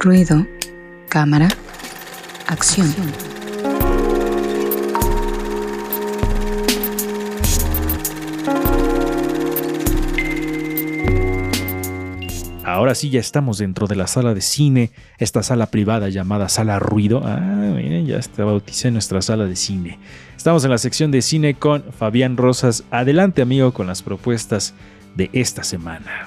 Ruido, cámara, acción. Ahora sí ya estamos dentro de la sala de cine, esta sala privada llamada Sala Ruido. Miren, ya te bauticé nuestra sala de cine. Estamos en la sección de cine con Fabián Rosas. Adelante, amigo, con las propuestas de esta semana.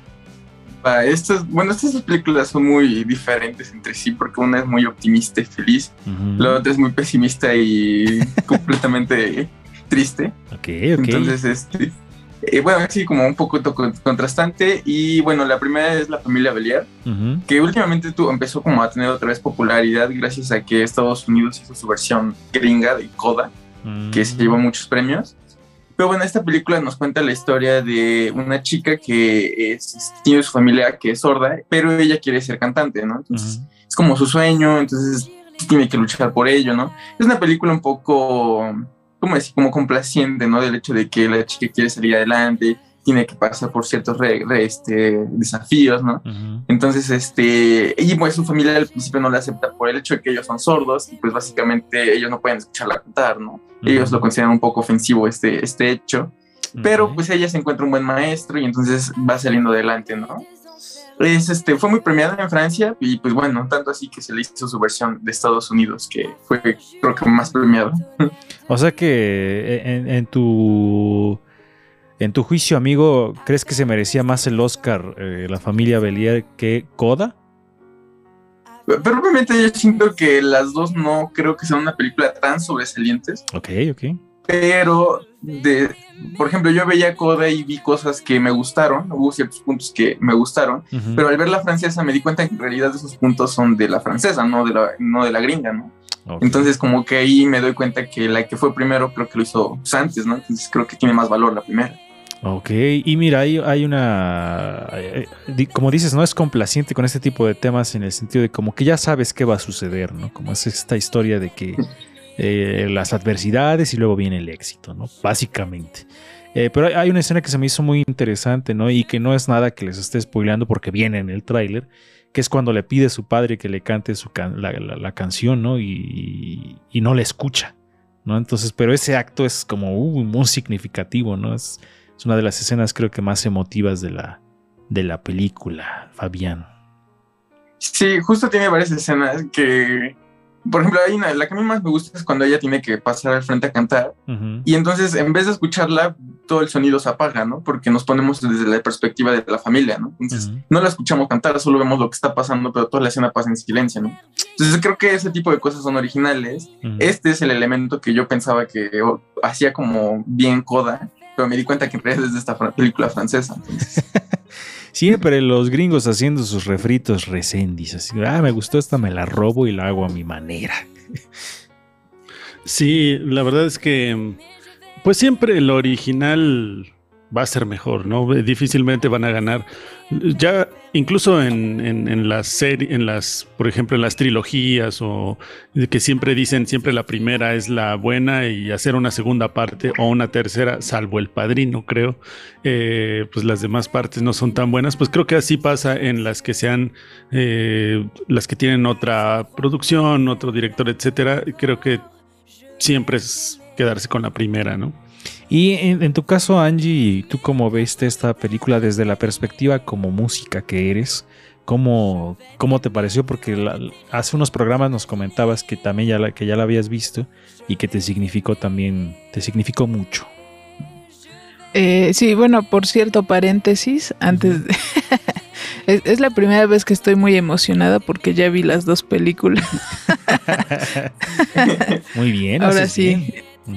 Estas películas son muy diferentes entre sí porque una es muy optimista y feliz, la otra es muy pesimista y completamente triste. Okay. Entonces, sí, como un poco contrastante. Y bueno, la primera es La Familia Bélier, que últimamente empezó como a tener otra vez popularidad gracias a que Estados Unidos hizo su versión gringa de Coda, que se llevó muchos premios. Pero bueno, esta película nos cuenta la historia de una chica que tiene su familia que es sorda, pero ella quiere ser cantante, ¿no? Entonces es como su sueño, entonces tiene que luchar por ello, ¿no? Es una película un poco, ¿cómo decir? Como complaciente, ¿no? Del hecho de que la chica quiere salir adelante, tiene que pasar por ciertos desafíos, ¿no? Entonces, y pues su familia al principio no la acepta por el hecho de que ellos son sordos y pues básicamente ellos no pueden escucharla cantar, ¿no? Ellos lo consideran un poco ofensivo este hecho, pero pues ella se encuentra un buen maestro y entonces va saliendo adelante, ¿no? Fue muy premiada en Francia y pues bueno, tanto así que se le hizo su versión de Estados Unidos, que fue creo que más premiada. O sea que en tu juicio, amigo, ¿crees que se merecía más el Oscar La Familia Bélier que Coda? Pero obviamente yo siento que las dos no creo que sean una película tan sobresalientes. Ok. Pero, por ejemplo, yo veía Coda y vi cosas que me gustaron, hubo ciertos puntos que me gustaron, pero al ver la francesa me di cuenta que en realidad esos puntos son de la francesa, no de la gringa, ¿no? Okay. Entonces como que ahí me doy cuenta que la que fue primero creo que lo hizo antes, ¿no? Entonces creo que tiene más valor la primera. Ok, y mira, hay una, como dices, no es complaciente con este tipo de temas en el sentido de como que ya sabes qué va a suceder, ¿no? Como es esta historia de que las adversidades y luego viene el éxito, ¿no? Básicamente. Pero hay una escena que se me hizo muy interesante, ¿no? Y que no es nada que les esté spoileando porque viene en el tráiler, que es cuando le pide a su padre que le cante la canción, ¿no? Y no le escucha, ¿no? Entonces, pero ese acto es como muy significativo, ¿no? Es una de las escenas creo que más emotivas de la película, Fabián. Sí, justo tiene varias escenas que, por ejemplo, hay la que a mí más me gusta es cuando ella tiene que pasar al frente a cantar y entonces en vez de escucharla, todo el sonido se apaga, ¿no? Porque nos ponemos desde la perspectiva de la familia, ¿no? Entonces no la escuchamos cantar, solo vemos lo que está pasando, pero toda la escena pasa en silencio, ¿no? Entonces creo que ese tipo de cosas son originales. Este es el elemento que yo pensaba que hacía como bien Coda, pero me di cuenta que en realidad es de esta película francesa. Siempre los gringos haciendo sus refritos recendis. Así, me gustó esta, me la robo y la hago a mi manera. Sí, la verdad es que pues siempre el original va a ser mejor, ¿no? Difícilmente van a ganar. Ya incluso en las series, por ejemplo, en las trilogías, o que siempre dicen, siempre la primera es la buena y hacer una segunda parte o una tercera, salvo El Padrino, creo, pues las demás partes no son tan buenas. Pues creo que así pasa en las que sean, las que tienen otra producción, otro director, etcétera. Creo que siempre es quedarse con la primera, ¿no? Y en tu caso, Angie, ¿tú cómo viste esta película desde la perspectiva como música que eres? ¿Cómo te pareció? Porque hace unos programas nos comentabas que también ya la habías visto y que te significó mucho. Sí, bueno, por cierto, paréntesis, antes de... es la primera vez que estoy muy emocionada porque ya vi las dos películas. Muy bien. Ahora sí.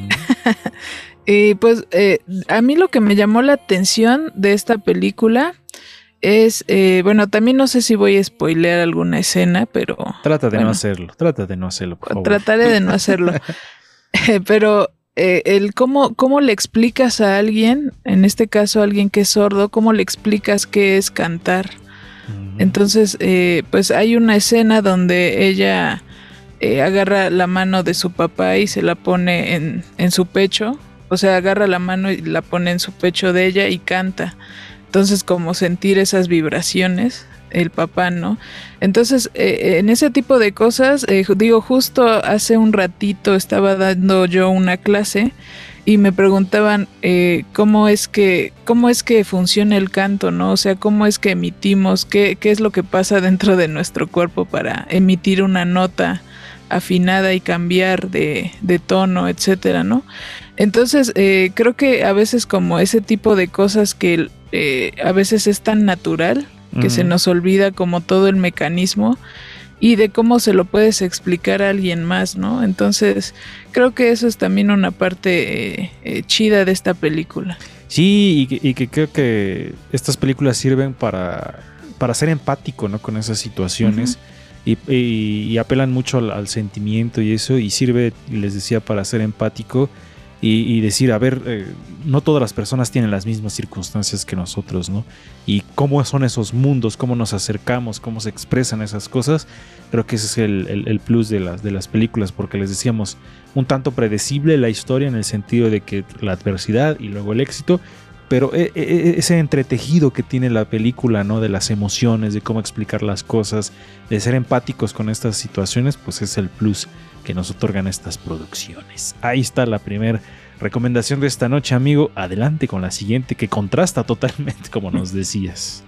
Y pues a mí lo que me llamó la atención de esta película es, bueno, también no sé si voy a spoilear alguna escena, pero... Trata de no hacerlo, por favor. Trataré de no hacerlo. Pero el cómo le explicas a alguien, en este caso a alguien que es sordo, cómo le explicas qué es cantar. Entonces, pues hay una escena donde ella agarra la mano de su papá y se la pone en su pecho. O sea, agarra la mano y la pone en su pecho de ella y canta. Entonces, como sentir esas vibraciones, el papá, ¿no? Entonces, en ese tipo de cosas, justo hace un ratito estaba dando yo una clase y me preguntaban cómo es que funciona el canto, ¿no? O sea, cómo es que emitimos, qué es lo que pasa dentro de nuestro cuerpo para emitir una nota afinada y cambiar de tono, etcétera, ¿no? Entonces, creo que a veces como ese tipo de cosas que a veces es tan natural que se nos olvida como todo el mecanismo y de cómo se lo puedes explicar a alguien más, ¿no? Entonces, creo que eso es también una parte chida de esta película. Sí, y que creo que estas películas sirven para ser empático, ¿no? Con esas situaciones. Y apelan mucho al sentimiento y eso, y sirve, les decía, para ser empático y decir, a ver, no todas las personas tienen las mismas circunstancias que nosotros, ¿no? Y cómo son esos mundos, cómo nos acercamos, cómo se expresan esas cosas. Creo que ese es el plus de las películas, porque les decíamos, un tanto predecible la historia en el sentido de que la adversidad y luego el éxito, pero ese entretejido que tiene la película, ¿no? De las emociones, de cómo explicar las cosas, de ser empáticos con estas situaciones, pues es el plus que nos otorgan estas producciones. Ahí está la primera recomendación de esta noche, amigo. Adelante con la siguiente, que contrasta totalmente, como nos decías.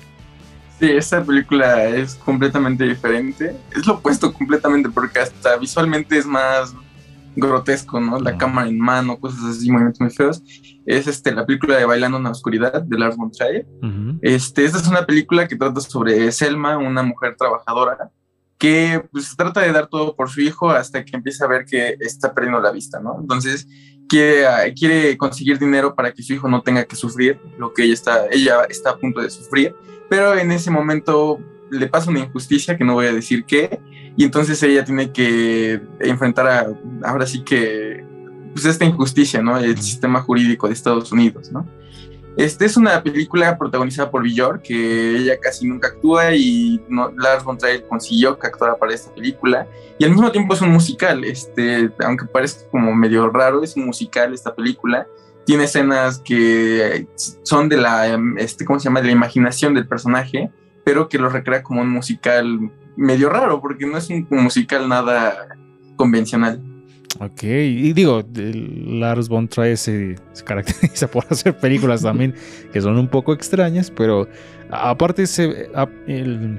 Sí, esta película es completamente diferente. Es lo opuesto completamente, porque hasta visualmente es más grotesco, ¿no? La cámara en mano, cosas así, movimientos muy feos. Es la película de Bailando en la Oscuridad, de Lars von Trier. Esta es una película que trata sobre Selma, una mujer trabajadora que pues trata de dar todo por su hijo hasta que empieza a ver que está perdiendo la vista, ¿no? Entonces quiere conseguir dinero para que su hijo no tenga que sufrir lo que ella está a punto de sufrir, pero en ese momento le pasa una injusticia que no voy a decir qué, y entonces ella tiene que enfrentar ahora sí que pues esta injusticia, ¿no? El sistema jurídico de Estados Unidos, ¿no? Es una película protagonizada por Björk, que ella casi nunca actúa y Lars von Trier consiguió que actuara para esta película, y al mismo tiempo es un musical, aunque parezca como medio raro, es un musical esta película. Tiene escenas que son de la, ¿cómo se llama? De la imaginación del personaje, pero que lo recrea como un musical medio raro, porque no es un musical nada convencional. Ok, y digo, Lars von Trier se caracteriza por hacer películas también que son un poco extrañas, pero aparte el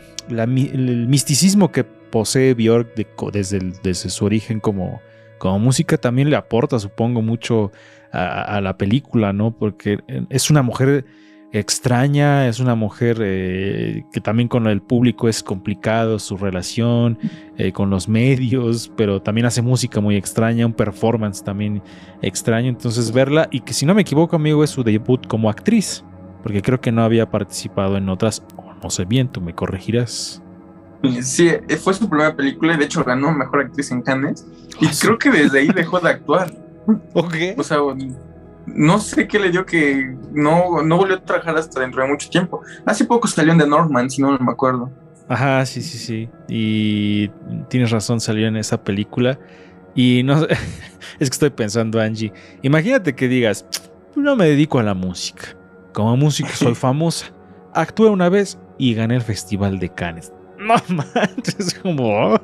misticismo que posee Björk desde su origen como música también le aporta, supongo, mucho a la película, ¿no? Porque es una mujer extraña, es una mujer que también con el público es complicado su relación, con los medios, pero también hace música muy extraña, un performance también extraño. Entonces verla, y que si no me equivoco, amigo, es su debut como actriz, porque creo que no había participado en otras, o no sé bien, tú me corregirás. Sí, fue su primera película y de hecho ganó Mejor Actriz en Cannes, y creo que desde ahí dejó de actuar. Ok. O sea, no sé qué le dio que no volvió a trabajar hasta dentro de mucho tiempo. Hace poco salió en The Northman, si no me acuerdo. Ajá, sí. Y tienes razón, salió en esa película. Y no es que estoy pensando, Angie. Imagínate que digas, no me dedico a la música. Como músico soy famosa. Actué una vez y gané el Festival de Cannes. No manches, es como,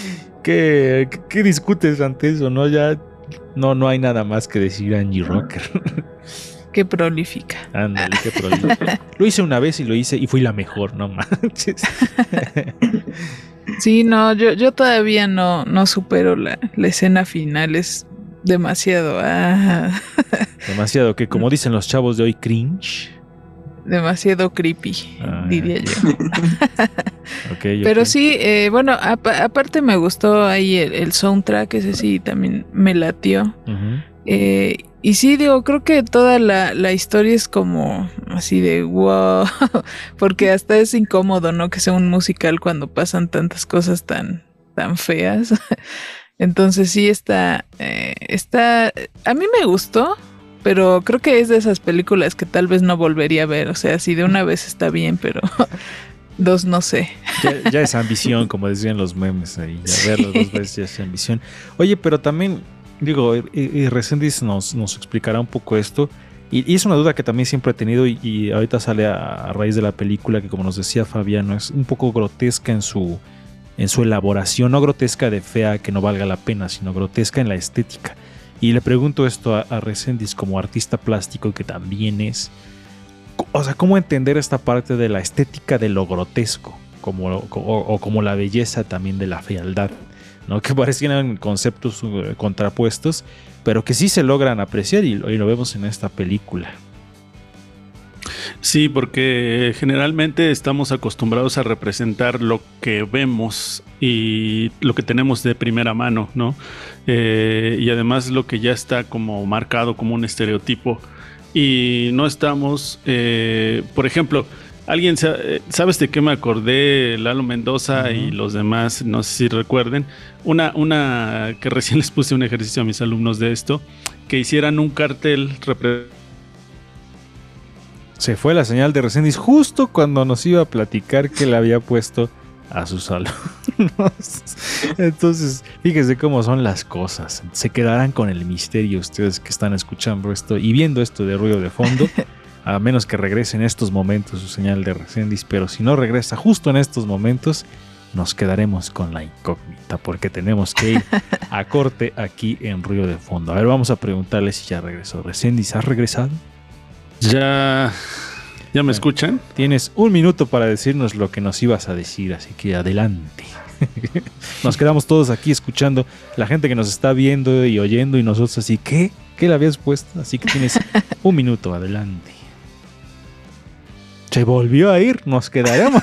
¿qué discutes ante eso? No, ya no hay nada más que decir, Angie Rocker. Qué prolífica. Ándale, qué prolífica. Lo hice una vez y lo hice y fui la mejor, no manches. Sí, no, yo todavía no supero la escena final, es demasiado. Demasiado, que como dicen los chavos de hoy, cringe. Demasiado creepy, diría yo. Okay. Pero sí, bueno, aparte me gustó ahí el soundtrack, ese sí también me latió. Y sí, digo, creo que toda la historia es como así de wow, porque hasta es incómodo, ¿no? Que sea un musical cuando pasan tantas cosas tan feas. Entonces sí está, a mí me gustó, pero creo que es de esas películas que tal vez no volvería a ver. O sea, si de una vez está bien, pero dos no sé. Ya es ambición, como decían los memes ahí. Ya verlo dos veces ya es ambición. Oye, pero también, digo, y Reséndiz nos explicará un poco esto. Y es una duda que también siempre he tenido y ahorita sale a raíz de la película que, como nos decía Fabiano, es un poco grotesca en su elaboración, no grotesca de fea que no valga la pena, sino grotesca en la estética. Y le pregunto esto a Reséndiz como artista plástico que también es, o sea, ¿cómo entender esta parte de la estética de lo grotesco como la belleza también de la fealdad, ¿no? Que parecían conceptos contrapuestos, pero que sí se logran apreciar y lo vemos en esta película. Sí, porque generalmente estamos acostumbrados a representar lo que vemos y lo que tenemos de primera mano, ¿no? Y además lo que ya está como marcado como un estereotipo. Y no estamos, por ejemplo, ¿sabes de qué me acordé? Lalo Mendoza y los demás, no sé si recuerden, una que recién les puse un ejercicio a mis alumnos de esto, que hicieran un cartel Se fue la señal de Reséndiz justo cuando nos iba a platicar que le había puesto a sus alumnos. Entonces, fíjense cómo son las cosas. Se quedarán con el misterio ustedes que están escuchando esto y viendo esto de ruido de fondo, a menos que regrese en estos momentos su señal de Reséndiz, pero si no regresa justo en estos momentos, nos quedaremos con la incógnita porque tenemos que ir a corte aquí en ruido de fondo. A ver, vamos a preguntarle si ya regresó. Reséndiz, ¿has regresado? ¿Ya me escuchan? Tienes 1 minuto para decirnos lo que nos ibas a decir, así que adelante. Nos quedamos todos aquí escuchando, la gente que nos está viendo y oyendo y nosotros así, ¿qué le habías puesto? Así que tienes 1 minuto, adelante. Se volvió a ir, nos quedaremos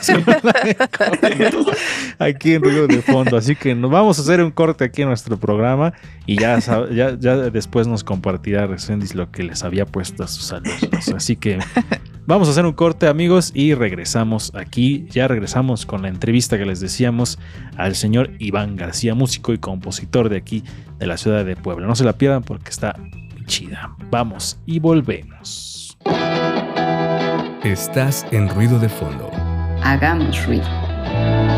aquí en ruido de fondo, así que nos vamos a hacer un corte aquí en nuestro programa y ya después nos compartirá Reséndiz lo que les había puesto a sus alumnos. Así que vamos a hacer un corte, amigos, y regresamos aquí. Ya regresamos con la entrevista que les decíamos al señor Iván García, músico y compositor de aquí de la ciudad de Puebla. No se la pierdan porque está chida. Vamos y volvemos. Estás en ruido de fondo. Hagamos ruido.